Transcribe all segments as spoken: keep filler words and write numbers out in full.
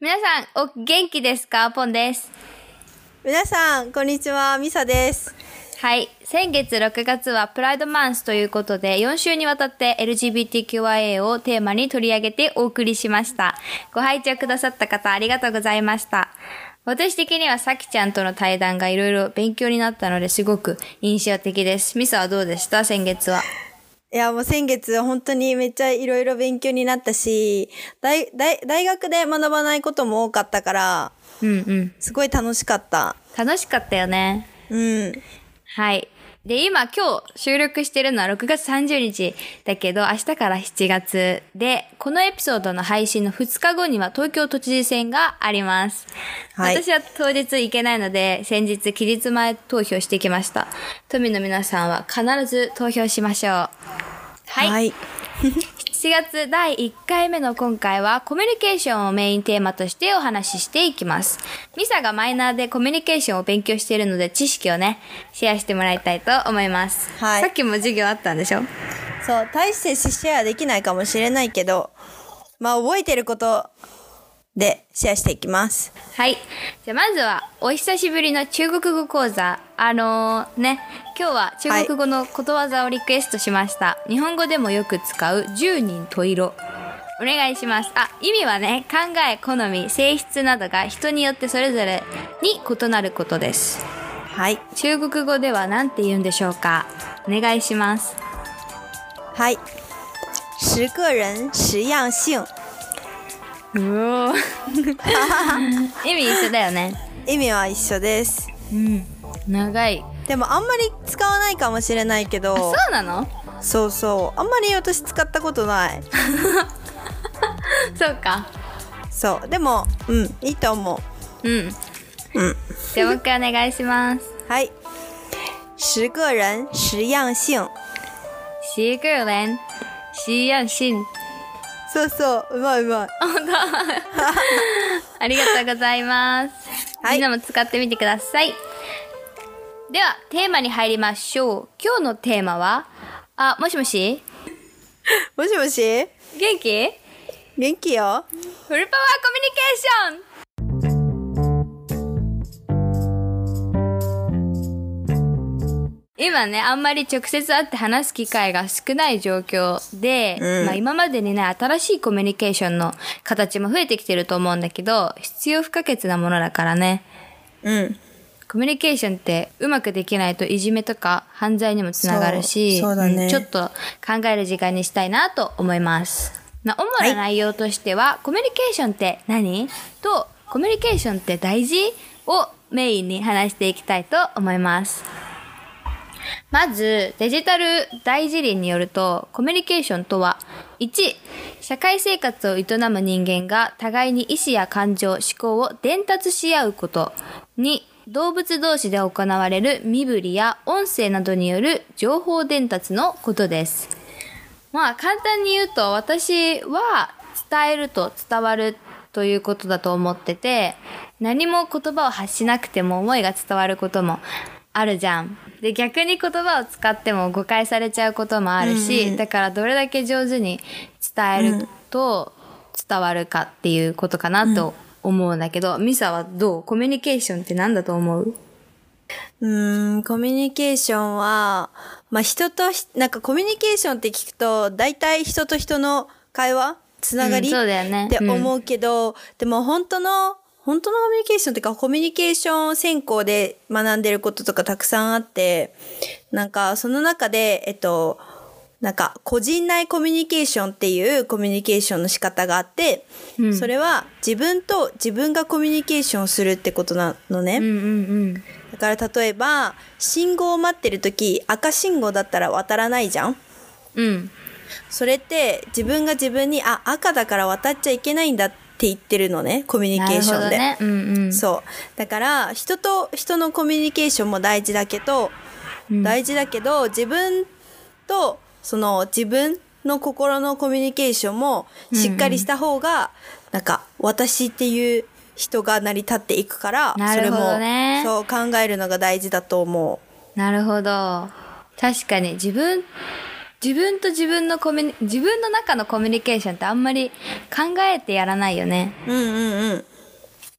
皆さん、お元気ですか？ポンです。 皆さん、こんにちは。ミサです。 はい。先月ろくがつはプライドマンスということで、よん週にわたって エルジービーティーキューアイエー をテーマに取り上げてお送りしました。ご拝聴くださった方ありがとうございました。私的にはさきちゃんとの対談がいろいろ勉強になったのですごく印象的です。ミサはどうでした？先月は。 いや、もう先月本当にめっちゃいろいろ勉強になったし、大、大、大学で学ばないことも多かったから、 うんうん。 すごい楽しかった。 楽しかったよね。 うん。 はい。で、今今日収録してるのはろくがつさんじゅうにちだけど、明日からしちがつで、このエピソードの配信のふつかごには東京都知事選があります。はい、私は当日行けないので、先日期日前投票してきました。都民の皆さんは必ず投票しましょう。はい。はいしちがつだいいっかいめの今回はコミュニケーションをメインテーマとしてお話ししていきます。ミサがマイナーでコミュニケーションを勉強しているので知識をね、シェアしてもらいたいと思います。はい。さっきも授業あったんでしょ？ そう、大してシェアできないかもしれないけど、まあ覚えてることでシェアしていきます。 はい。じゃあまずはお久しぶりの中国語講座。あのー、ね、今日は中国語のことわざをリクエストしました。はい、日本語でもよく使う十人十色。お願いします。あ、意味はね、考え、好み、性質などが人によってそれぞれに異なることです。はい。中国語では何て言うんでしょうか？お願いします。 はい。十个人十样性。 うお意味一緒だよね。 意味は一緒です。 うん。長い。 でもあんまり使わないかもしれないけど。 そうなの？ そうそう。あんまり私使ったことない。 そうか。 そう。でも、うん、いいと思う。うん。うん。じゃあもう一回お願いします。 はい。十个人十样性。 十个人十样性。 そうそう、うまいうまい。 本当ありがとうございます。はい。みんなも使ってみてください。では、テーマに入りましょう。今日のテーマは、あ、もしもしもしもし元気？ 元気よ。 フルパワーコミュニケーション今ね、あんまり直接会って話す機会が少ない状況で、うん、まあ今までにね、新しいコミュニケーションの形も増えてきてると思うんだけど、必要不可欠なものだからね。 うん。 コミュニケーションってうまくできないといじめとか犯罪にもつながるし、 そう、そうだね、 ちょっと考える時間にしたいなと思います。な主な内容としては、はい、コミュニケーションって何？と、コミュニケーションって大事？をメインに話していきたいと思います。まず、デジタル大辞林によると、コミュニケーションとは、いち、社会生活を営む人間が互いに意思や感情、思考を伝達し合うこと。に、動物同士で行われる身振りや音声などによる情報伝達のことです。まあ、簡単に言うと、私は伝えると伝わるということだと思ってて、何も言葉を発しなくても思いが伝わることもあるじゃん。で、逆に言葉を使っても誤解されちゃうこともあるし、うんうん、だからどれだけ上手に伝えると伝わるかっていうことかなと思うんだけど、うん、ミサはどう？コミュニケーションって何だと思う？ うーん、コミュニケーションは、まあ、人と、なんかコミュニケーションって聞くと、大体人と人の会話つながり、うん、そうだよね、って思うけど、うん、でも本当の本当のコミュニケーションっていうか、コミュニケーション専攻で学んでることとかたくさんあって、なんかその中で、えっと、なんか個人内コミュニケーションっていうコミュニケーションの仕方があって、うん、それは自分と自分がコミュニケーションするってことなのね。 うんうんうん、 だから例えば、信号を待ってるとき、赤信号だったら渡らないじゃん？ うん。 それって自分が自分に、あ、赤だから渡っちゃいけないんだってって言ってるのね、コミュニケーションで。 なるほどね。うんうん。 そう。だから、人と人のコミュニケーションも大事だけど、うん、大事だけど、自分と、その自分の心のコミュニケーションもしっかりした方が、うんうん、なんか、私っていう人が成り立っていくから、 なるほどね、 それも、そう考えるのが大事だと思う。なるほど。確かに、自分、自分と自分のコミュニ、自分の中のコミュニケーションってあんまり考えてやらないよね。 うんうんうん。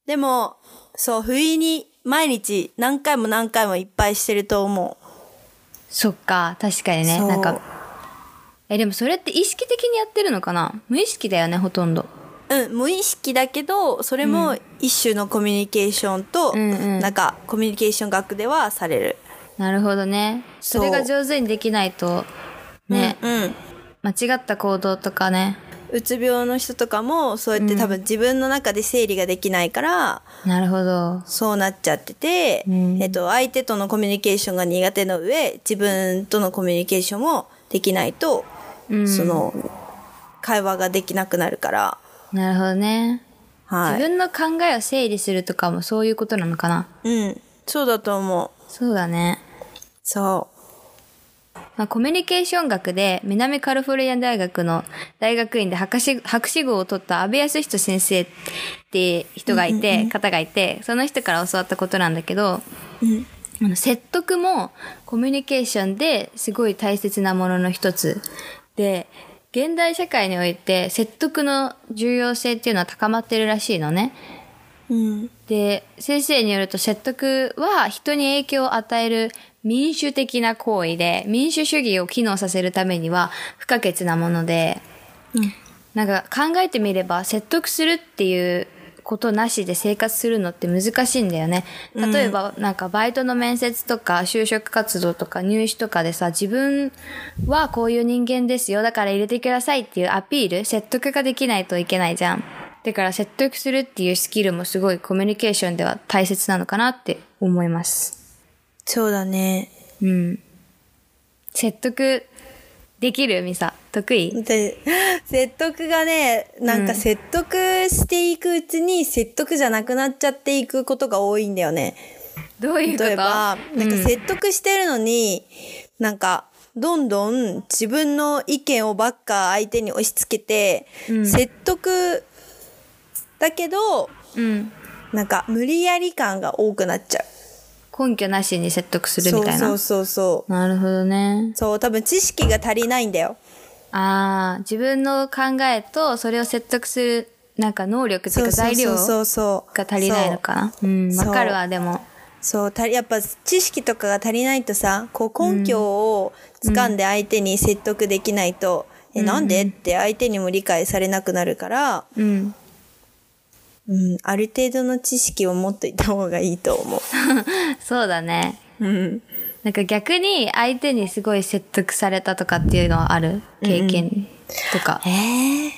でも、そう、不意に毎日何回も何回もいっぱいしてると思う。 そっか、確かにね。なんか、え、でもそれって意識的にやってるのかな？無意識だよね、ほとんど。 うん、無意識だけど、それも一種のコミュニケーションと、うんうん、なんか、コミュニケーション学ではされる。 なるほどね。それが上手にできないと、ね、うんうん、間違った行動とかね。 うつ病の人とかも、そうやって多分自分の中で整理ができないから、 うん、なるほど。 そうなっちゃってて、うん、えっと、相手とのコミュニケーションが苦手の上、自分とのコミュニケーションもできないと、うん、その、会話ができなくなるから。 なるほどね。はい。自分の考えを整理するとかもそういうことなのかな？ うん。そうだと思う。 そうだね。 そう。 まあ、コミュニケーション学で南カリフォルニア大学の大学院で博士、博士号を取った安部康人先生って人がいて、うんうんうん、方がいて、その人から教わったことなんだけど、うん、あの説得もコミュニケーションですごい大切なものの一つで、現代社会において説得の重要性っていうのは高まってるらしいのね。うん、で、先生によると説得は人に影響を与える民主的な行為で、民主主義を機能させるためには不可欠なもので、うん、なんか考えてみれば説得するっていうことなしで生活するのって難しいんだよね。例えばなんかバイトの面接とか就職活動とか入試とかでさ、自分はこういう人間ですよ、だから入れてくださいっていうアピール、説得ができないといけないじゃん。だから説得するっていうスキルもすごいコミュニケーションでは大切なのかなって思います。 そうだね。 うん。説得できる？ミサ得意？ で説得がね、なんか説得していくうちに説得じゃなくなっちゃっていくことが多いんだよね。 どういうこと？ 例えば、なんか説得してるのに、うん、なんかどんどん自分の意見をばっか相手に押し付けて、うん、説得だけど、うん、なんか無理やり感が多くなっちゃう。 根拠なしに説得するみたいな。 そうそうそうそう。 なるほどね。 そう、多分知識が足りないんだよ。 ああ、自分の考えとそれを説得するなんか能力っていうか材料が足りないのかな。うん、わかるわ、でも。 そう、やっぱ知識とかが足りないとさ、こう根拠を掴んで相手に説得できないと、うん、え、なんでって相手にも理解されなくなるから、うん。うん、ある程度の知識を持っていた方がいいと思う。 そうだね。うん。なんか逆に相手にすごい説得されたとかっていうのはある？経験とか。 うん、えー、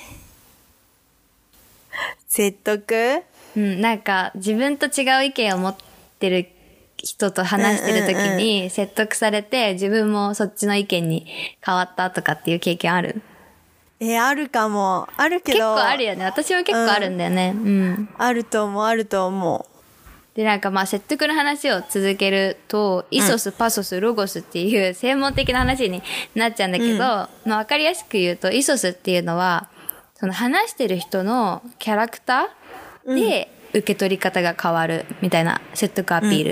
説得？ うん、なんか自分と違う意見を持ってる人と話してる時に説得されて、自分もそっちの意見に変わったとかっていう経験ある？ えー、あるかも。あるけど。 結構あるよね。私も結構あるんだよね。うん。うん、 あると思う、あると思う。 で、なんかまあ説得の話を続けると、イソス、パソス、ロゴスっていう専門的な話になっちゃうんだけど、うん、まあわかりやすく言うと、イソスっていうのは、その話してる人のキャラクターで受け取り方が変わるみたいな説得アピール。うん、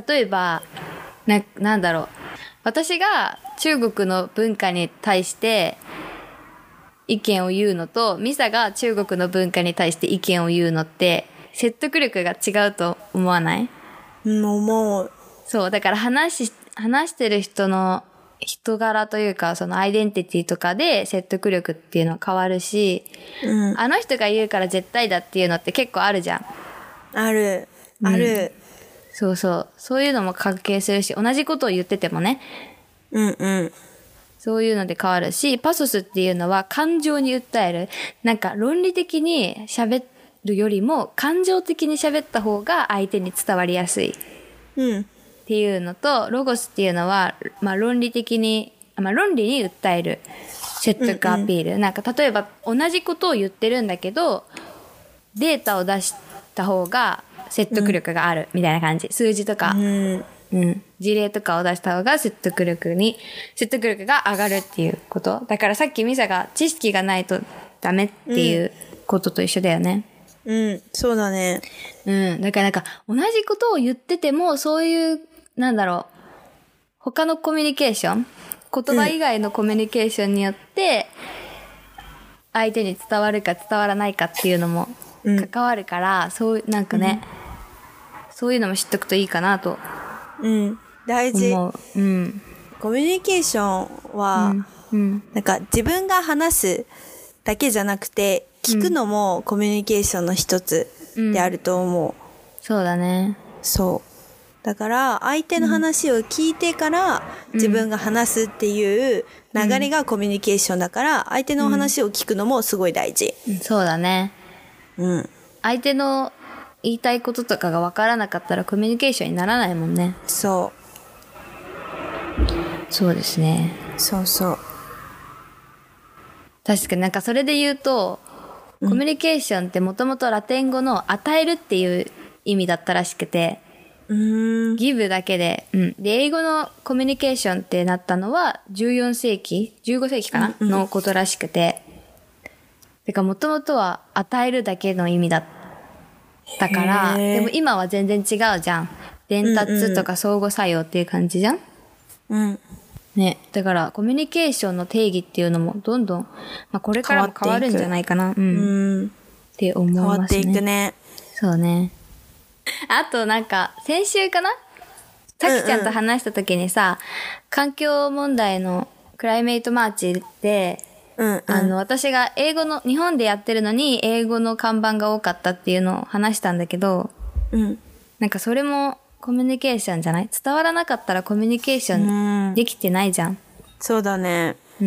例えば、な、なんだろう。私が中国の文化に対して、意見を言うのと、ミサが中国の文化に対して意見を言うのって、説得力が違うと思わない？ うん、思う。 そう、だから話し、話してる人の人柄というか、そのアイデンティティとかで説得力っていうのは変わるし、うん、あの人が言うから絶対だっていうのって結構あるじゃん。 ある。ある。うん、 そうそう。そういうのも関係するし、同じことを言っててもね。 うんうん。 そういうので変わるし、パソスっていうのは感情に訴える。なんか論理的に喋るよりも感情的に喋った方が相手に伝わりやすい。うん。っていうのと、ロゴスっていうのは、まあ論理的に、まあ論理に訴える説得アピール。うんうん、なんか例えば同じことを言ってるんだけど、データを出した方が説得力があるみたいな感じ。数字とか。うんうん。事例とかを出した方が説得力に、説得力が上がるっていうこと。だからさっきミサが知識がないとダメっていうことと一緒だよね。 うん、うん、そうだね。 うん。だからなんか同じことを言ってても、そういう、なんだろう、他のコミュニケーション、言葉以外のコミュニケーションによって、相手に伝わるか伝わらないかっていうのも関わるから、うん、そうなんかね、うん、そういうのも知っとくといいかなとうん、大事。 思う。うん。 コミュニケーションは、うんうん、なんか自分が話すだけじゃなくて、聞くのもコミュニケーションの一つであると思う。うん、 そうだね。 そう。だから相手の話を聞いてから自分が話すっていう流れがコミュニケーションだから、相手の話を聞くのもすごい大事。 うん、そうだね。 うん。 相手の言いたいこととかが分からなかったらコミュニケーションにならないもんね。 そう。 そうですね。 そうそう。 確かになんかそれで言うと、コミュニケーションってもともとラテン語の与えるっていう意味だったらしくて、 うーん、 ギブだけで、うん。で、英語のコミュニケーションってなったのはじゅうよんせいき ?じゅうごせいきかな、うんうん、のことらしくて。てかもともとは与えるだけの意味だったから、でも今は全然違うじゃん。伝達とか相互作用っていう感じじゃん、 うん、 ね。だからコミュニケーションの定義っていうのもどんどん、まあ、これからも変わるんじゃないかな。うん。うん、って思いますね。 変わっていくね。 そうね。あとなんか先週かな、さきちゃんと話した時にさ、うんうん、環境問題のクライメイトマーチで、うんうん、あの私が英語の日本でやってるのに英語の看板が多かったっていうのを話したんだけど、 うん、 なんかそれもコミュニケーションじゃない？伝わらなかったらコミュニケーションできてないじゃん。 うん、そうだね。 うん。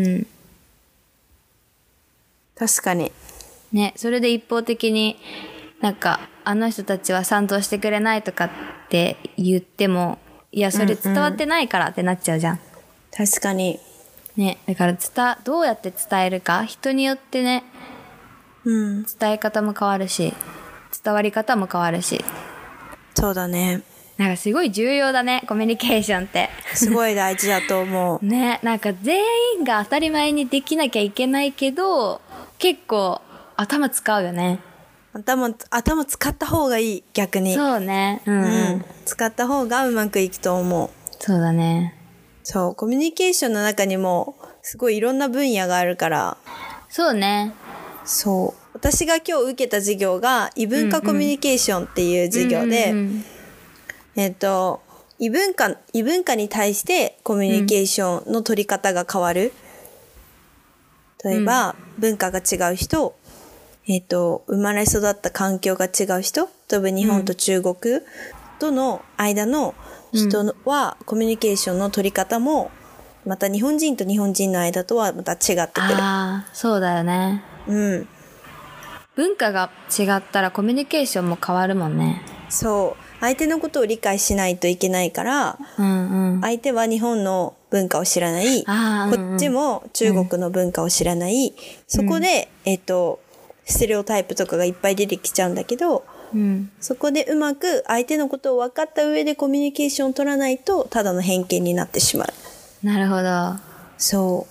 確かに。 ね、それで一方的になんかあの人たちは賛同してくれないとかって言っても、いやそれ伝わってないからってなっちゃうじゃん。うんうん、確かに。 ね、だから伝どうやって伝えるか、人によってね、 うん、 伝え方も変わるし、伝わり方も変わるし。 そうだね。 なんかすごい重要だね、コミュニケーションって。 すごい大事だと思う。 ね、なんか全員が当たり前にできなきゃいけないけど、結構頭使うよね。 頭、頭使った方がいい、逆に。 そうね。うん、うん、うん。 使った方がうまくいくと思う。 そうだね。 そう、コミュニケーションの中にも、すごいいろんな分野があるから。 そうね。 そう。私が今日受けた授業が、異文化コミュニケーションっていう授業で、うんうん、えっと、異文化、異文化に対してコミュニケーションの取り方が変わる。うん、例えば、うん、文化が違う人、えっと、生まれ育った環境が違う人、例えば日本と中国との間の人は、コミュニケーションの取り方も、また日本人と日本人の間とはまた違ってくる。 ああ、そうだよね。 うん。 文化が違ったらコミュニケーションも変わるもんね。 そう。相手のことを理解しないといけないから、 うんうん、 相手は日本の文化を知らない、 うんうん、 こっちも中国の文化を知らない、うん、そこで、えっと、ステレオタイプとかがいっぱい出てきちゃうんだけど、 うん、 そこでうまく相手のことを分かった上でコミュニケーションを取らないと、ただの偏見になってしまう。 なるほど。 そう。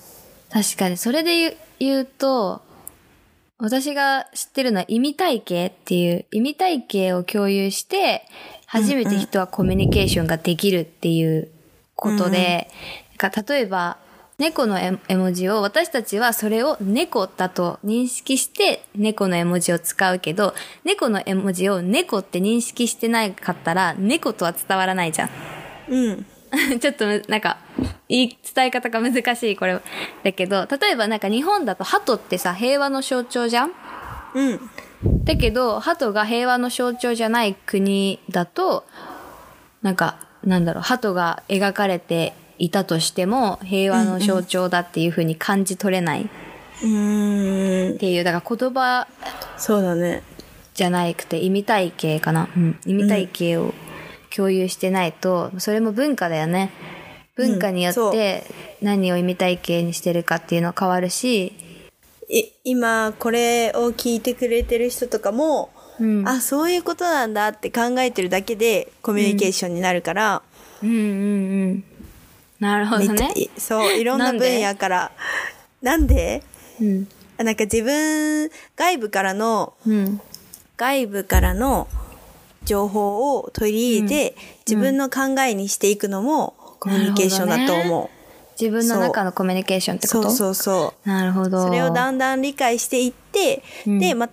確かに、それで言う、言うと、私が知ってるのは意味体系っていう意味体系を共有して初めて人はコミュニケーションができるっていうことで、うんうん、例えば猫の絵文字を私たちはそれを猫だと認識して猫の絵文字を使うけど、猫の絵文字を猫って認識してなかったら猫とは伝わらないじゃん。 うんちょっとなんか言い伝え方が難しいこれだけど、例えばなんか日本だと鳩ってさ平和の象徴じゃん。 うんだけど鳩が平和の象徴じゃない国だとなんかなんだろう、鳩が描かれていたとしても平和の象徴だっていう風に感じ取れないっていう、 うんうん、 だから言葉そうだねじゃなくて意味体系かな、うん、意味体系を共有してないと、それも文化だよね。文化によって何を意味体系にしてるかっていうのは変わるし、 い今これを聞いてくれてる人とかも、うん、あそういうことなんだって考えてるだけでコミュニケーションになるから、 うん、うんうんうんなるほどね。 そういろんな分野からなんで、 うん、 なんか自分外部からの、 うん、 外部からの情報を取り入れて、うん、自分の考えにしていくのもコミュニケーションだと思う。 自分の中のコミュニケーションってこと？ そうそうそう。 なるほど。 それをだんだん理解していって、うん、でまた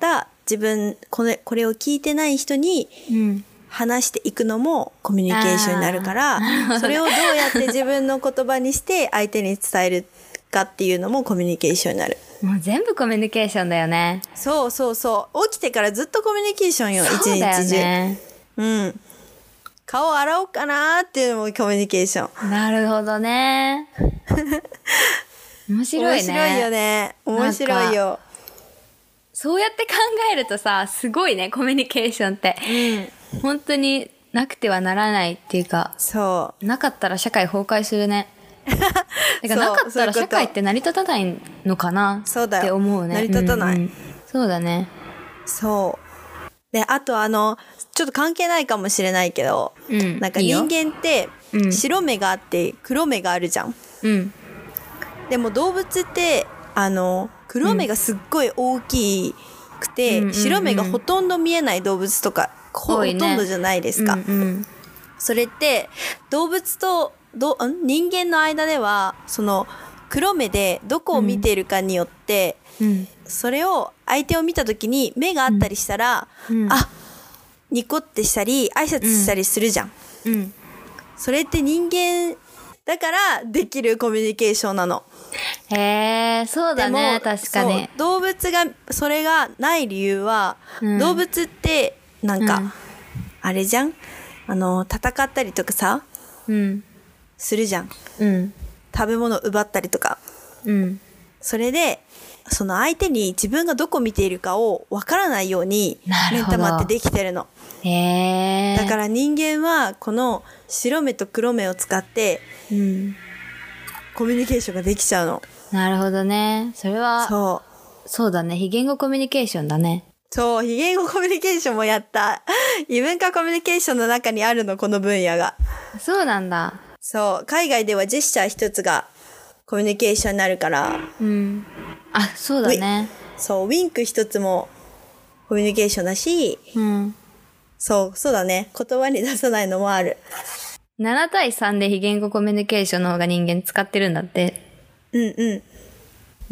自分、これ、これを聞いてない人に話していくのもコミュニケーションになるから、うん、それをどうやって自分の言葉にして相手に伝えるかっていうのもコミュニケーションになる。 もう全部コミュニケーションだよね。 そうそうそう。起きてからずっとコミュニケーションよ、一日中。そうだよね。うん。顔洗おうかなーっていうのもコミュニケーション。 なるほどね。面白いね。面白いよね。面白いよ。 そうやって考えるとさ、すごいね、コミュニケーションって。うん。本当になくてはならないっていうか。 そう。 なかったら社会崩壊するね。だからなかったら社会って成り立たないのかなって思うね。 成り立たない、うんうん。 そうだね。 そう。で、あとあの、ちょっと関係ないかもしれないけど、うん、なんか人間って白目があって黒目があるじゃん。うん。でも動物ってあの黒目がすっごい大きくて、うん、白目がほとんど見えない動物とか、ほ, ほとんどじゃないですか。うんうん、それって動物とどん人間の間ではその黒目でどこを見ているかによって、うん、それを相手を見た時に目があったりしたら、うん、あニコってしたり挨拶したりするじゃん、うんうん、それって人間だからできるコミュニケーションなの。 へー、そうだね。確かに動物がそれがない理由は、うん、動物ってなんか、うん、あれじゃんあの戦ったりとかさ、うん、するじゃん、うん、食べ物奪ったりとか、うん、それでその相手に自分がどこ見ているかをわからないように目ん玉ってできてるの。 へー。 だから人間はこの白目と黒目を使って、うん、コミュニケーションができちゃうの。 なるほどね。それはそうそうだね。非言語コミュニケーションだね。 そう、非言語コミュニケーションもやった。異文化コミュニケーションの中にあるの、この分野が。 そうなんだ。 そう、海外ではジェスチャー一つがコミュニケーションになるから。 うん。あ、そうだね。 そう、ウィンク一つもコミュニケーションだし、うん。そう、そうだね。言葉に出さないのもある。 なな対さんで非言語コミュニケーションの方が人間使ってるんだって。 うんうん。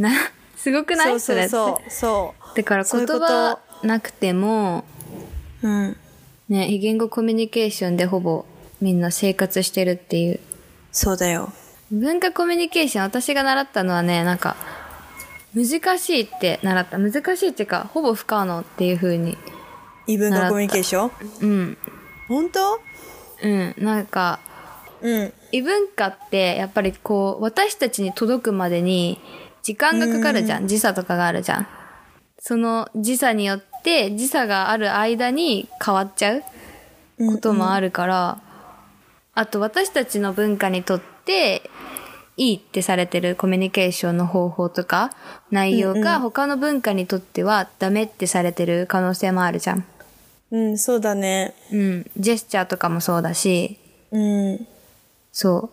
な、すごくない？ そうそうそう。そう。 だから言葉なくても、 うん。 ね、非言語コミュニケーションでほぼみんな生活してるっていう。 そうだよ。 文化コミュニケーション、私が習ったのはね、なんか、難しいって習った。難しいっていうか、ほぼ不可能っていう風に。 異文化コミュニケーション？ うん。 本当？ うん、なんか、うん。異文化ってやっぱりこう、私たちに届くまでに時間がかかるじゃん。時差とかがあるじゃん。その時差によって、時差がある間に変わっちゃうこともあるから、うんうん、あと私たちの文化にとっていいってされてるコミュニケーションの方法とか内容が他の文化にとってはダメってされてる可能性もあるじゃん。 うん、そうだね。 うん、ジェスチャーとかもそうだし、 うん、 そう。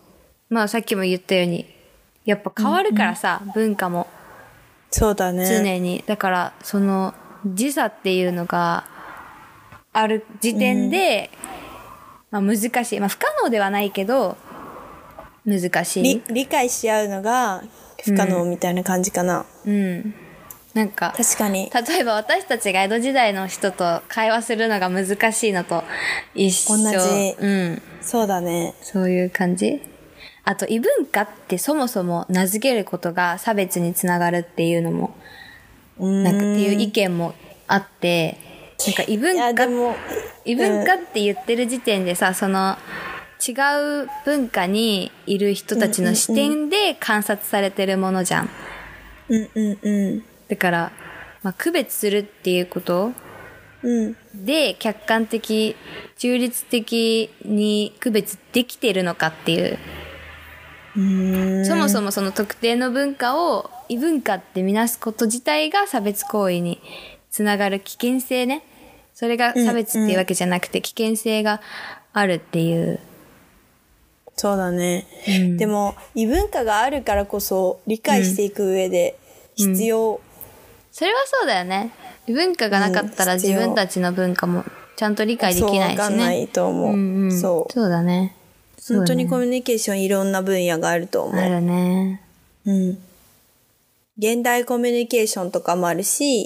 まあさっきも言ったように、やっぱ変わるからさ、うんうん、文化も。 そうだね。 常に。だから、その、時差っていうのがある時点で、うん、まあ難しい。まあ不可能ではないけど、難しい。 理、理解し合うのが不可能みたいな感じかな。 うん。うんなんか、 確かに。 例えば私たちが江戸時代の人と会話するのが難しいのと一緒。 同じ。 うん。 そうだね。 そういう感じ。あと異文化ってそもそも名付けることが差別につながるっていうのも、なんかっていう意見もあって、なんか異文化、異文化って言ってる時点でさ、その違う文化にいる人たちの視点で観察されてるものじゃん。 うんうんうん。 だから、まあ、区別するっていうことで客観的、中立的に区別できてるのかっていう。 うーんそもそもその特定の文化を異文化ってみなすこと自体が差別行為につながる危険性ね。それが差別っていうわけじゃなくて危険性があるっていう。 そうだね、うん、でも異文化があるからこそ理解していく上で必要、うんうんそれはそうだよね。文化がなかったら自分たちの文化もちゃんと理解できないしね。そう、わかんないと思う。うんうん、そう。 そうだね。 本当にコミュニケーションいろんな分野があると思う。 あるね。 うん。現代コミュニケーションとかもあるし、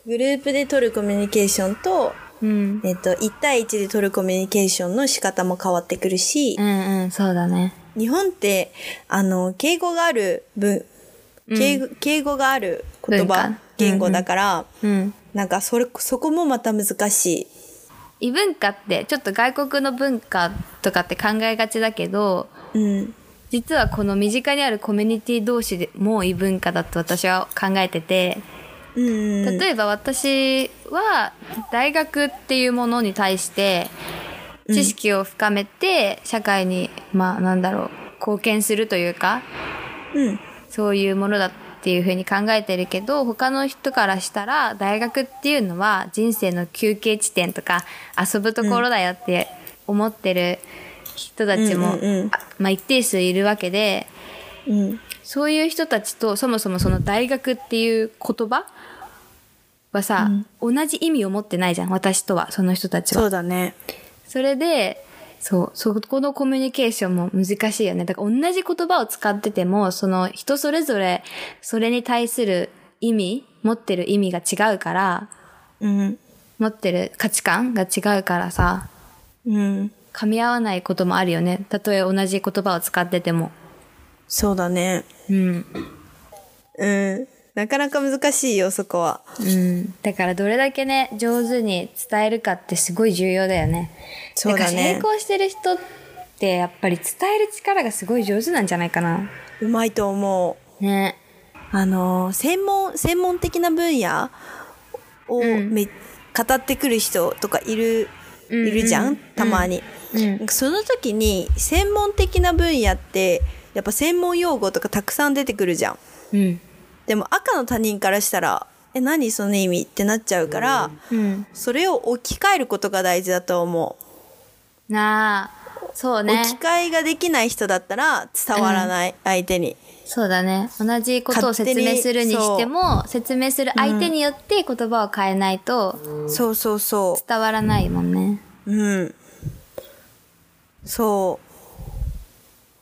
グループで取るコミュニケーションと、うん、えっと、いち対いちで取るコミュニケーションの仕方も変わってくるし、 うんうん、そうだね。 日本って、あの、敬語がある文、敬語、うん、敬語がある言葉、言語だから、うんうん、なんかそれ、そこもまた難しい。 異文化ってちょっと外国の文化とかって考えがちだけど、うん、実はこの身近にあるコミュニティ同士でも異文化だと私は考えてて、うん、例えば私は大学っていうものに対して知識を深めて社会に、まあなんだろう、貢献するというか、うん、そういうものだっていうふうに考えてるけど、他の人からしたら大学っていうのは人生の休憩地点とか遊ぶところだよって思ってる人たちも、うんうんうん、まあ、一定数いるわけで、うん、そういう人たちとそもそもその大学っていう言葉はさ、うん、同じ意味を持ってないじゃん、私とはその人たちは。 そうだね。 それでそうそこのコミュニケーションも難しいよね。だから同じ言葉を使っててもその人それぞれそれに対する意味持ってる意味が違うから、うん、持ってる価値観が違うからさ、うん、噛み合わないこともあるよね。たとえ同じ言葉を使ってても。 そうだね。うんうんなかなか難しいよそこは。うん。 だからどれだけね上手に伝えるかってすごい重要だよね。そうだね。だから成功してる人ってやっぱり伝える力がすごい上手なんじゃないかな。 うまいと思う。ね。あの専門専門的な分野をめ、うん、語ってくる人とかいる、うん、いるじゃん、たまに。うんうん、その時に専門的な分野ってやっぱ専門用語とかたくさん出てくるじゃん。うん。でも赤の他人からしたらえ何その意味ってなっちゃうから、うん、それを置き換えることが大事だと思う。なあ、そうね。 置き換えができない人だったら伝わらない、うん、相手に。 そうだね。同じことを説明するにしても説明する相手によって言葉を変えないと、 うん、そうそうそう伝わらないもんね。 うん。そう。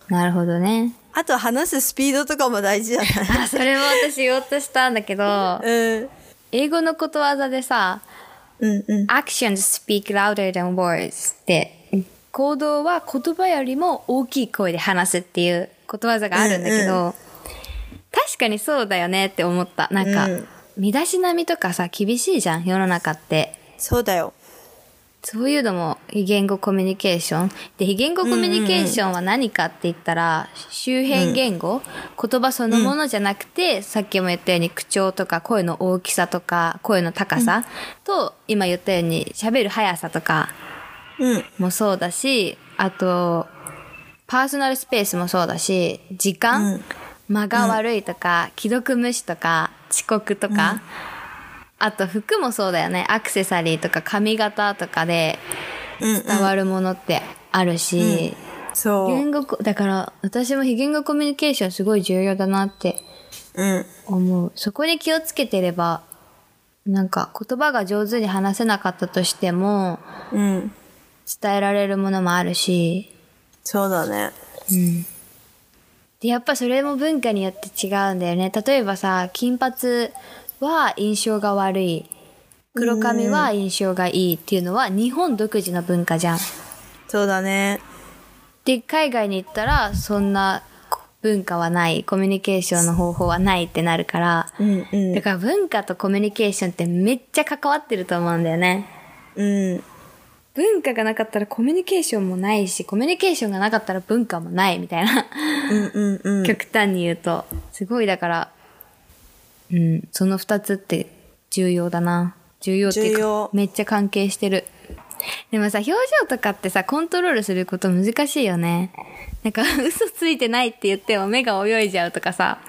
なるほどね。 あと話すスピードとかも大事じゃない？ あ、それも私言おうとしたんだけど、うん、英語のことわざでさ、うんうん、Actions speak louder than words って行動は言葉よりも大きい声で話すっていうことわざがあるんだけど、うんうん、確かにそうだよねって思った。なんか、うん、身だしなみとかさ厳しいじゃん世の中って。 そうだよ。 そういうのも非言語コミュニケーションで、非言語コミュニケーションは何かって言ったら、うん、周辺言語、うん、言葉そのものじゃなくて、うん、さっきも言ったように口調とか声の大きさとか声の高さ、うん、と今言ったように喋る速さとかもそうだし、あとパーソナルスペースもそうだし、時間、うん、間が悪いとか、既読無視とか遅刻とか、うん、あと服もそうだよね。アクセサリーとか髪型とかで伝わるものってあるし、うんうん、そう言語だから私も非言語コミュニケーションすごい重要だなって思う、うん、そこに気をつけてればなんか言葉が上手に話せなかったとしても、うん、伝えられるものもあるし。 そうだね。 うん。でやっぱそれも文化によって違うんだよね。例えばさ金髪は印象が悪い、黒髪は印象がいいっていうのは日本独自の文化じゃん。 そうだね。 で海外に行ったらそんな文化はない、コミュニケーションの方法はないってなるから、うんうん、だから文化とコミュニケーションってめっちゃ関わってると思うんだよね。うん。文化がなかったらコミュニケーションもないし、コミュニケーションがなかったら文化もないみたいなうんうん、うん、極端に言うとすごいだからうん、その二つって重要だな。重要っていうかめっちゃ関係してる。でもさ表情とかってさコントロールすること難しいよね。なんか嘘ついてないって言っても目が泳いじゃうとかさ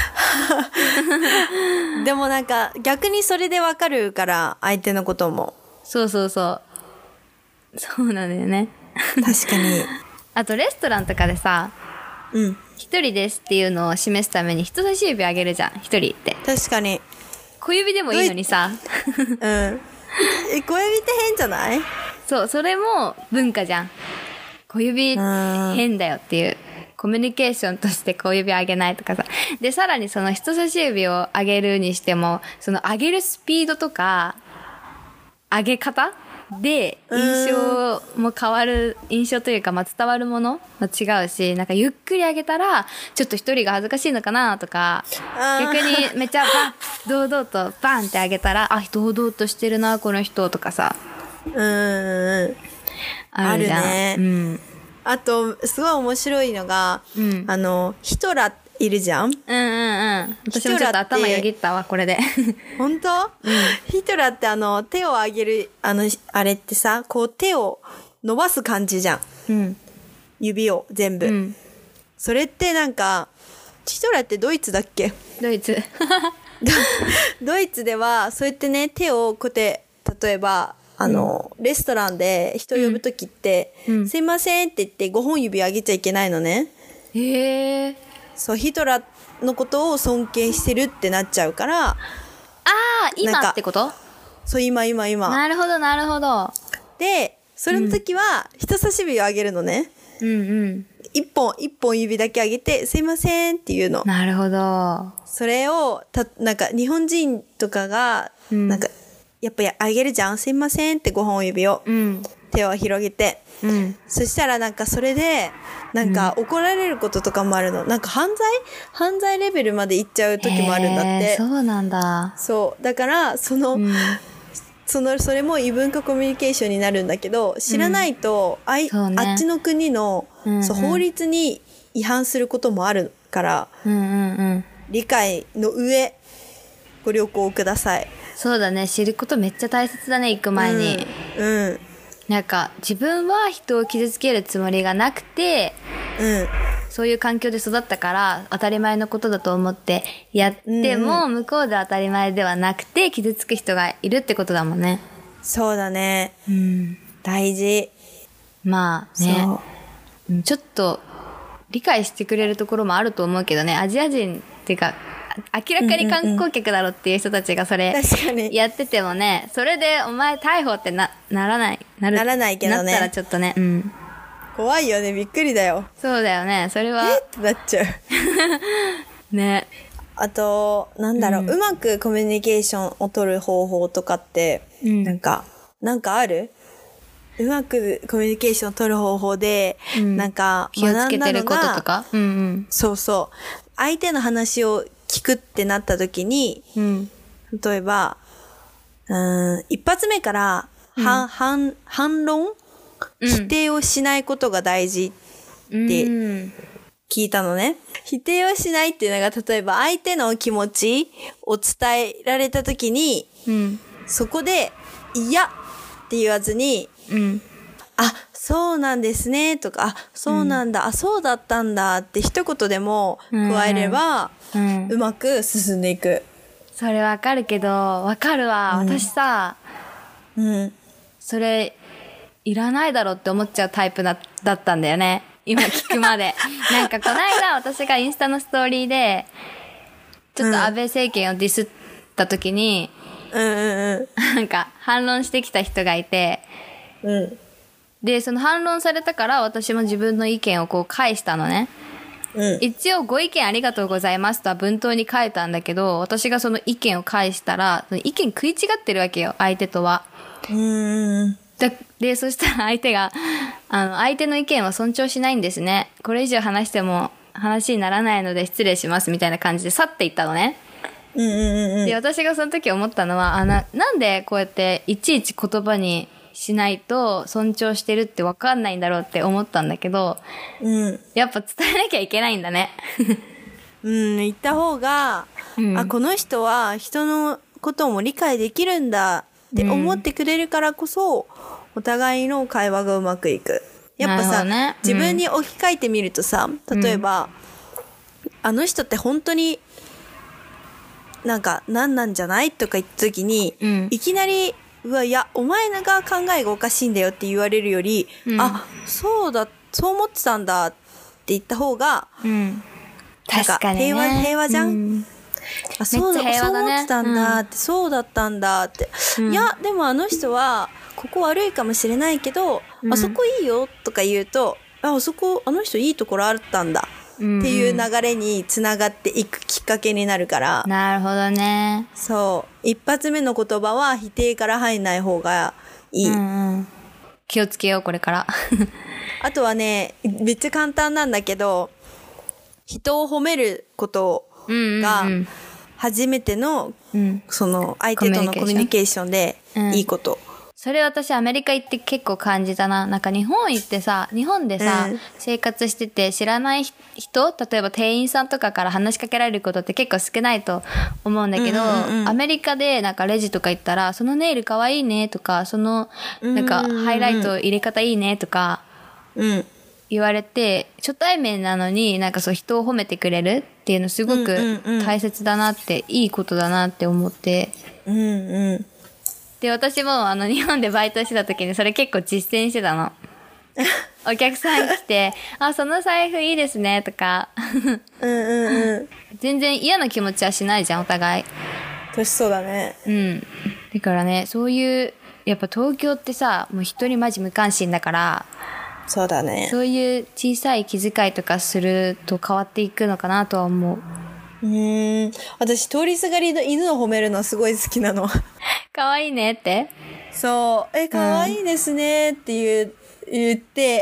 でもなんか逆にそれでわかるから相手のことも。 そうそうそうそうなんだよね。 確かに。 あとレストランとかでさ、うん、一人ですっていうのを示すために人差し指あげるじゃん、一人って。 確かに。 小指でもいいのにさうんえ小指って変じゃない？ そう、それも文化じゃん。小指変だよっていう。 コミュニケーションとして小指上げないとかさ。で、さらにその人差し指を上げるにしても、その上げるスピードとか、上げ方で印象も変わる、印象というか、まあ、伝わるものも違うし、なんかゆっくり上げたら、ちょっと一人が恥ずかしいのかなとか、逆にめっちゃバン、堂々とバンって上げたら、あ、堂々としてるな、この人とかさ。 うん。あるね。うん。あと、すごい面白いのが、うん、あの、ヒトラいるじゃん。 うんうんうん。私もちょっと頭よぎったわ、これで。 本当？うん、ヒトラってあの、手を上げる、あの、あれってさ、こう手を伸ばす感じじゃん。うん、指を全部、うん。それってなんか、ヒトラってドイツだっけ？ ドイツ。 ドイツでは、そうやってね、手をこうやって、例えば、あの、うん、レストランで人呼ぶときって、うん、すいませんって言ってごほん指上げちゃいけないのね。 へー。 そう、ヒトラーのことを尊敬してるってなっちゃうから。ああ、今ってこと？ そう、今今今。 なるほどなるほど。 で、それの時は人差し指を上げるのね。うんうん。一本、一本指だけ上げて、すいませんっていうの。 なるほど。 それを、た、なんか日本人とかが、うん、なんか、やっぱり上げるじゃん。すいませんってごほん指を、うん、手を広げて、うん、そしたらなんかそれでなんか怒られることとかもあるの、うん、なんか犯罪犯罪レベルまで行っちゃう時もあるんだって。 そうなんだ。 そうだからその、うん、そのそれも異文化コミュニケーションになるんだけど、知らないと、うん、あ, い、ね、あっちの国の、うんうん、そう法律に違反することもあるから、うんうんうん、理解の上ご旅行ください。 そうだね、知ることめっちゃ大切だね、行く前に。うん。うん、なんか、自分は人を傷つけるつもりがなくて、うん。そういう環境で育ったから、当たり前のことだと思ってやっても、うん、向こうで当たり前ではなくて、傷つく人がいるってことだもんね。 そうだね。うん。大事。 まあね。そう。ちょっと、理解してくれるところもあると思うけどね、アジア人っていうか、明らかに観光客だろっていう人たちがそれやっててもね、それでお前逮捕ってな、ならない。 なる。ならないけどね。 なったらちょっとね、うん。 怖いよね、びっくりだよ。 そうだよね、それは。 えってなっちゃう。 ね。 あと、なんだろう、うん、うまくコミュニケーションを取る方法とかって、うん、なんか、なんかある？うまくコミュニケーションを取る方法で、うん、なんか、 気をつけてることとか、うんうん、 そうそう。相手の話を聞くってなった時に、うん、例えば、うーん、一発目から、うん、反、反、反論、うん、否定をしないことが大事って聞いたのね。うん、否定をしないっていうのが、例えば相手の気持ちを伝えられた時に、うん、そこで、いやって言わずに、うん、あ、そうなんですねとか、あ、そうなんだ、うん、あ、そうだったんだって一言でも加えれば、うん、うまく進んでいく。 それわかるけど、わかるわ、うん、私さ、うん、それいらないだろうって思っちゃうタイプだ、だったんだよね、今聞くまで。なんかこの間私がインスタのストーリーでちょっと安倍政権をディスった時に、うんうんうん、なんか反論してきた人がいて、うん、でその反論されたから私も自分の意見をこう返したのね。うん、一応ご意見ありがとうございますとは文頭に書いたんだけど、私がその意見を返したら意見食い違ってるわけよ、相手とは。うーんで, でそしたら相手があの相手の意見は尊重しないんですね、これ以上話しても話にならないので失礼しますみたいな感じで去っていったのね。うんうんうん、で私がその時思ったのは、あ な, なんでこうやっていちいち言葉にしないと尊重してるって分かんないんだろうって思ったんだけど、うん、やっぱ伝えなきゃいけないんだね。 うん、言った方が、うん、あ、この人は人のことも理解できるんだって思ってくれるからこそ、うん、お互いの会話がうまくいく。やっぱさ、ね、自分に置き換えてみるとさ、例えば、うん、あの人って本当になんか何なんじゃないとか言った時に、うん、いきなりうわ、いや、お前が考えがおかしいんだよって言われるより、うん、あ、そうだ、そう思ってたんだって言った方が、うん、 確かにね、 平和、平和じゃん、うん、あ、そうだ、ね、そう思ってたんだって、うん、そうだったんだって、うん、いや、でもあの人はここ悪いかもしれないけど、うん、あそこいいよとか言うと、 あそこあの人いいところあったんだっていう流れにつながっていくきっかけになるから。 なるほどね。 そう。一発目の言葉は否定から入んない方がいい。 うんうん、気をつけよう、これから。 あとはね、めっちゃ簡単なんだけど、人を褒めることが初めての、うんうんうん、その相手とのコミュニケーションでいいこと。 それ私アメリカ行って結構感じたな。なんか日本行ってさ、日本でさ、うん、生活してて知らない人、例えば店員さんとかから話しかけられることって結構少ないと思うんだけど、うんうんうん、アメリカでなんかレジとか行ったら、そのネイルかわいいねとか、そのなんかハイライト入れ方いいねとか言われて、初対面なのになんかそう人を褒めてくれるっていうのすごく大切だなって、いいことだなって思って。 うんうんで、私もあの日本でバイトしてた時にそれ結構実践してたの。お客さん来て、あ、その財布いいですねとか。 うんうんうん。 全然嫌な気持ちはしないじゃん、お互い。 年そうだね。 うん。だからね、そういう、やっぱ東京ってさ、もう人にマジ無関心だから、 そうだね。 そういう小さい気遣いとかすると変わっていくのかなとは思う。 うーん。私、通りすがりの犬を褒めるのすごい好きなの。 かわいいねって？ そう。え、かわいいですねって言う、言って、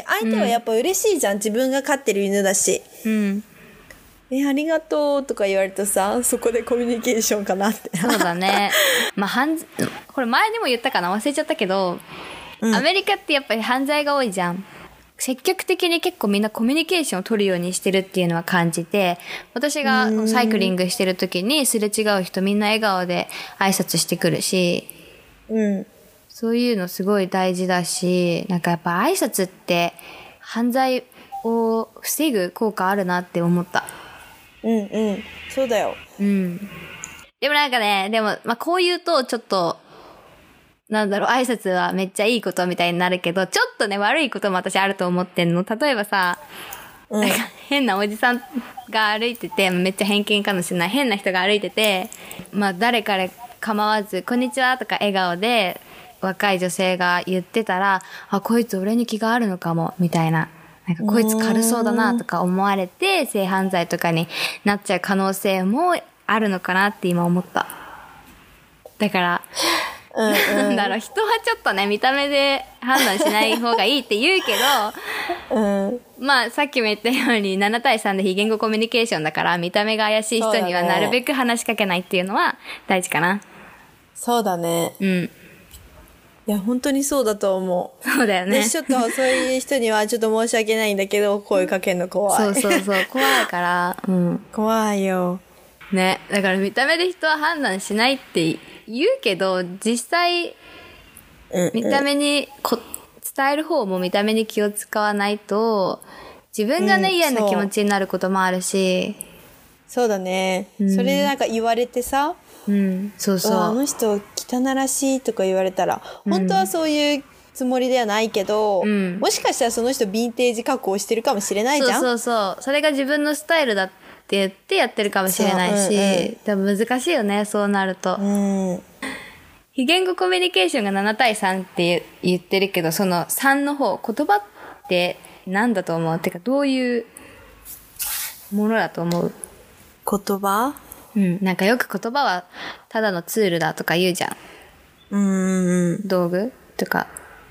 相手はやっぱ嬉しいじゃん。自分が飼ってる犬だし。 うん。 え、ありがとうとか言われるとさ、そこでコミュニケーションかなって。 そうだね。まあ、犯、これ前にも言ったかな忘れちゃったけど、うん、アメリカってやっぱり犯罪が多いじゃん。積極的に結構みんなコミュニケーションを取るようにしてるっていうのは感じて、私がサイクリングしてる時にすれ違う人みんな笑顔で挨拶してくるし、 うん、 そういうのすごい大事だし、なんかやっぱ挨拶って犯罪を防ぐ効果あるなって思った。 うんうん、そうだよ。 うん。でもなんかね、でもまあこう言うとちょっとなんだろう、挨拶はめっちゃいいことみたいになるけど、ちょっとね、悪いことも私あると思ってんの。例えばさ、うん、なんか変なおじさんが歩いてて、めっちゃ偏見かもしれない。変な人が歩いてて、まあ誰彼構わず、こんにちはとか笑顔で若い女性が言ってたら、あ、こいつ俺に気があるのかも、みたいな。なんかこいつ軽そうだなとか思われて、性犯罪とかになっちゃう可能性もあるのかなって今思った。だから、うんうん、なんだろう、人はちょっとね見た目で判断しない方がいいって言うけど、うん、まあさっきも言ったようになな対さんで非言語コミュニケーションだから見た目が怪しい人にはなるべく話しかけないっていうのは大事かな。 そうだね。 うん。 いや本当にそうだと思う。そうだよね。 でちょっとそういう人にはちょっと申し訳ないんだけど声かけるの怖い。そうそうそう怖いから、うん、 怖いよ。 ね、だから見た目で人は判断しないって言うけど、実際、見た目にこ、伝える方も見た目に気を使わないと、自分がね、うん、嫌な気持ちになることもあるし。 そうだね、うん。それでなんか言われてさ、 うん、そうそう。 あの人汚らしいとか言われたら、本当はそういうつもりではないけど、うん、もしかしたらその人ヴィンテージ加工してるかもしれないじゃん。 そうそうそう。それが自分のスタイルだって言ってやってるかもしれないし、うんうん、でも難しいよね、そうなると。 うん、 非言語コミュニケーションがなな対さんって言ってるけど、そのさんの方、言葉って何だと思う？てかどういうものだと思う？ 言葉？ うん。なんかよく言葉はただのツールだとか言うじゃん。 うーん。 道具とか。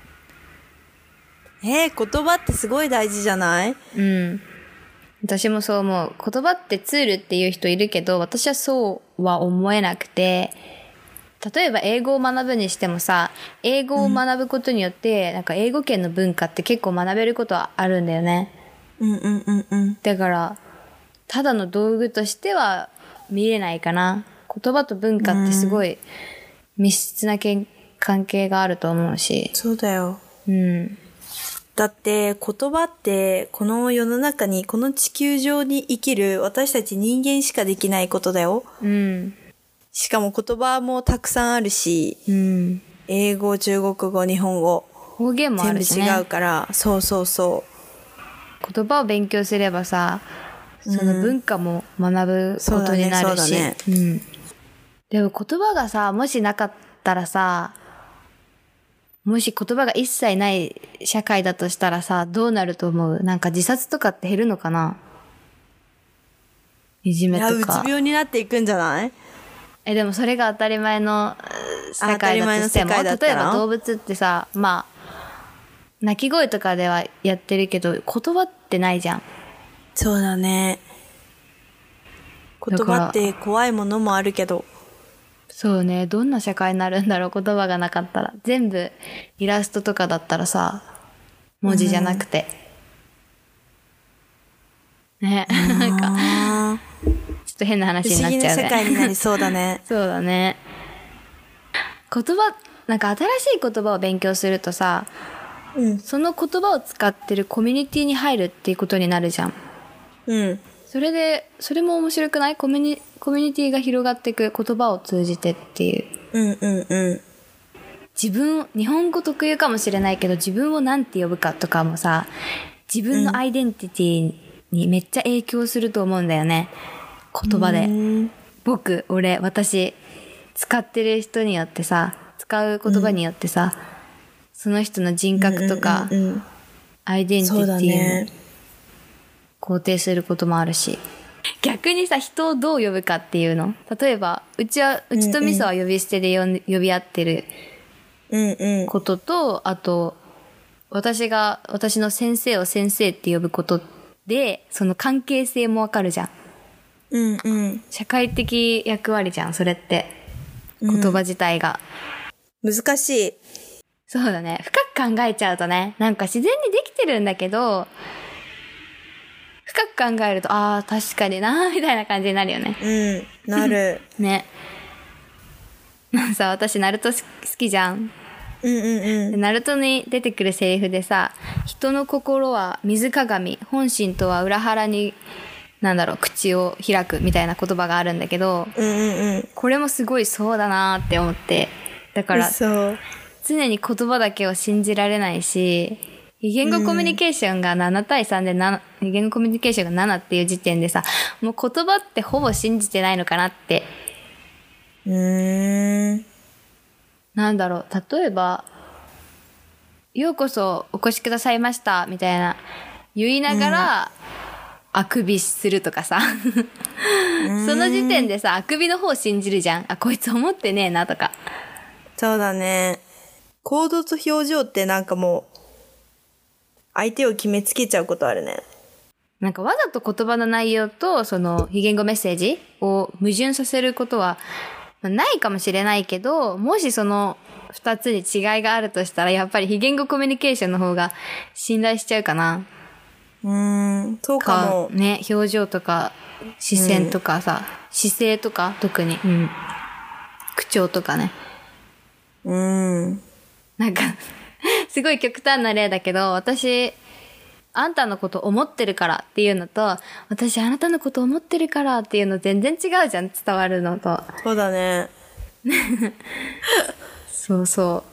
えー、言葉ってすごい大事じゃない？ うん。私もそう思う。言葉ってツールっていう人いるけど、私はそうは思えなくて、例えば英語を学ぶにしてもさ、英語を学ぶことによって、うん、なんか英語圏の文化って結構学べることはあるんだよね。 うんうんうんうん。 だから、ただの道具としては見れないかな。言葉と文化ってすごい密接なけん関係があると思うし。 そうだよ。 うん。 だって言葉ってこの世の中にこの地球上に生きる私たち人間しかできないことだよ。 うん。 しかも言葉もたくさんあるし、 うん、 英語、中国語、日本語、 方言もあるしね。 全部違うから、そうそうそう。 言葉を勉強すればさ、その文化も学ぶことになるし。うん、そうだね、そうだね。うん。でも言葉がさ、もしなかったらさ、 もし言葉が一切ない社会だとしたらさ、どうなると思う？なんか自殺とかって減るのかな？いじめとか。 いや、うつ病になっていくんじゃない？ え、でもそれが当たり前の世界だとしても、例えば動物ってさ、まあ、鳴き声とかではやってるけど、言葉ってないじゃん。 そうだね。言葉って怖いものもあるけど。 そうね、どんな社会になるんだろう、言葉がなかったら。全部イラストとかだったらさ、文字じゃなくて。うん、ね、なんか、ちょっと変な話になっちゃうね。 不思議な世界になりそうだね。 そうだね。言葉、なんか新しい言葉を勉強するとさ、うん、その言葉を使ってるコミュニティに入るっていうことになるじゃん。 うん。 それで、それも面白くない？コミュニ、コミュニティが広がっていく、言葉を通じてっていう。 うんうんうん。 自分、日本語特有かもしれないけど、自分をなんて呼ぶかとかもさ、自分のアイデンティティにめっちゃ影響すると思うんだよね。言葉で。僕、俺、私、使ってる人によってさ、使う言葉によってさ、うん、その人の人格とか、うんうんうん、アイデンティティを肯定することもあるし、逆にさ、人をどう呼ぶかっていうの。例えば、うちは、うちとミサは呼び捨てで呼ん、うんうん、呼び合ってることと、うんうん、あと、私が、私の先生を先生って呼ぶことで、その関係性もわかるじゃん。 うんうん。 社会的役割じゃん、それって。言葉自体が。 うん、難しい。 そうだね。深く考えちゃうとね、なんか自然にできてるんだけど、深く考えると、ああ、確かにな、みたいな感じになるよね。 うん、なる。 ね。さ、私、ナルト好きじゃん。 うんうんうん。 でナルトに出てくるセリフでさ、人の心は水鏡、本心とは裏腹に、なんだろう、口を開くみたいな言葉があるんだけど、 うんうんうん、これもすごいそうだなって思って。だから、常に言葉だけを信じられないし、非言語コミュニケーションがなな対さんでなな、非言語コミュニケーションがななっていう時点でさ、もう言葉ってほぼ信じてないのかなって。 うーん。 なんだろう、例えば、ようこそお越しくださいましたみたいな言いながら、うん、あくびするとかさ。その時点でさ、あくびの方信じるじゃん。あ、こいつ思ってねえなとか。 そうだね。行動と表情ってなんかもう、相手を決めつけちゃうことあるね。 なんかわざと言葉の内容とその非言語メッセージを矛盾させることはないかもしれないけど、もしその二つに違いがあるとしたら、やっぱり非言語コミュニケーションの方が信頼しちゃうかな。 うーん、そうかも。 かね、表情とか視線とかさ、うん、姿勢とか特に、うん、口調とかね。 うーん。 なんかすごい極端な例だけど、私、あんたのこと思ってるからっていうのと、私あなたのこと思ってるからっていうの全然違うじゃん、伝わるのと。 そうだね。 そうそう。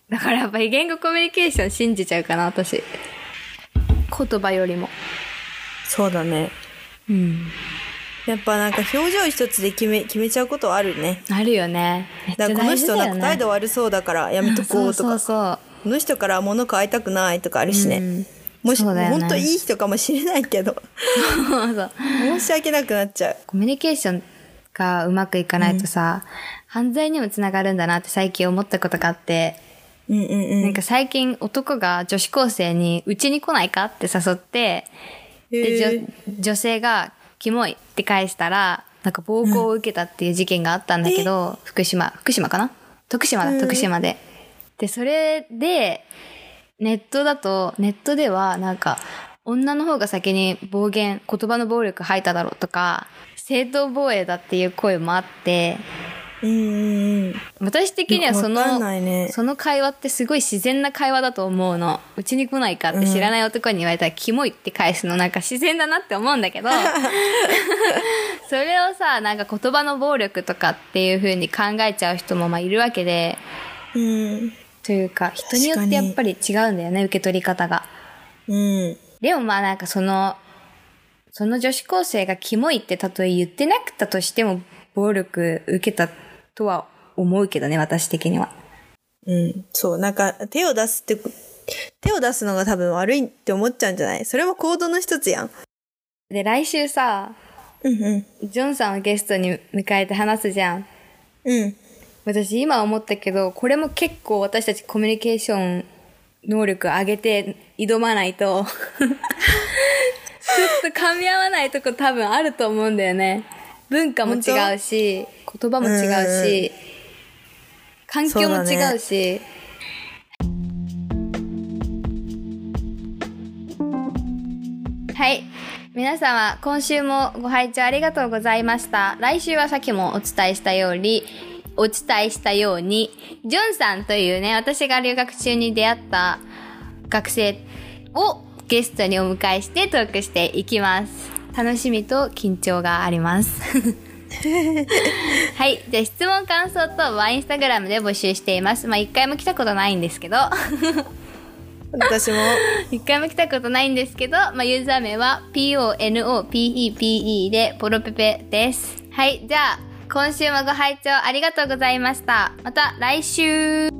だからやっぱり言語コミュニケーション信じちゃうかな、私。言葉よりも。 そうだね。 うん。 やっぱなんか表情一つで決め、決めちゃうことあるね。 あるよね。 だからこの人なんか態度悪そうだからやめとこうとか。そうそうそう。この人から物買いたくないとかあるしね。うん、もし、ね、本当いい人かもしれないけど。そうそう。申し訳なくなっちゃう。 コミュニケーションがうまくいかないとさ、うん、犯罪にもつながるんだなって最近思ったことがあって、 うんうんうん、 なんか最近男が女子高生にうちに来ないかって誘って、で、女性がキモいって返したら、なんか暴行を受けたっていう事件があったんだけど、うん、福島、福島かな？徳島だ、徳島で。で、それで、ネットだと、ネットではなんか、女の方が先に暴言、言葉の暴力吐いただろうとか、正当防衛だっていう声もあって、 うんうん、 私的にはその、ね、その会話ってすごい自然な会話だと思うの。うちに来ないかって知らない男に言われたら、うん、キモいって返すのなんか自然だなって思うんだけど、それをさ、なんか言葉の暴力とかっていう風に考えちゃう人もまあいるわけで、 うん、 というか人によってやっぱり違うんだよね、受け取り方が。 うん、 でもまあなんかその、その女子高生がキモいってたとえ言ってなくたとしても暴力受けたとは思うけどね、私的には。 うん、そう、なんか手を出すって、手を出すのが多分悪いって思っちゃうんじゃない？それも行動の一つやん。 で、来週さ、 うんうん。 ジョンさんをゲストに迎えて話すじゃん。 うん。 私今思ったけど、これも結構私たちコミュニケーション能力上げて挑まないと、ちょっと噛み合わないとこ多分あると思うんだよね。文化も違うし、言葉も違うし、環境も違うし。はい。皆様、今週もご拝聴ありがとうございました。来週はさっきもお伝えしたように、お伝えしたように、ジョンさんというね、私が留学中に出会った学生をゲストにお迎えしてトークしていきます。楽しみと緊張があります。はい。じゃあ質問感想とはインスタグラムで募集しています。まあ一回も来たことないんですけど。 私も。 一回も来たことないんですけど、まあユーザー名は ピーオーエヌオーピーイーピーイー でポロペペです。はい。じゃあ今週もご拝聴ありがとうございました。また来週。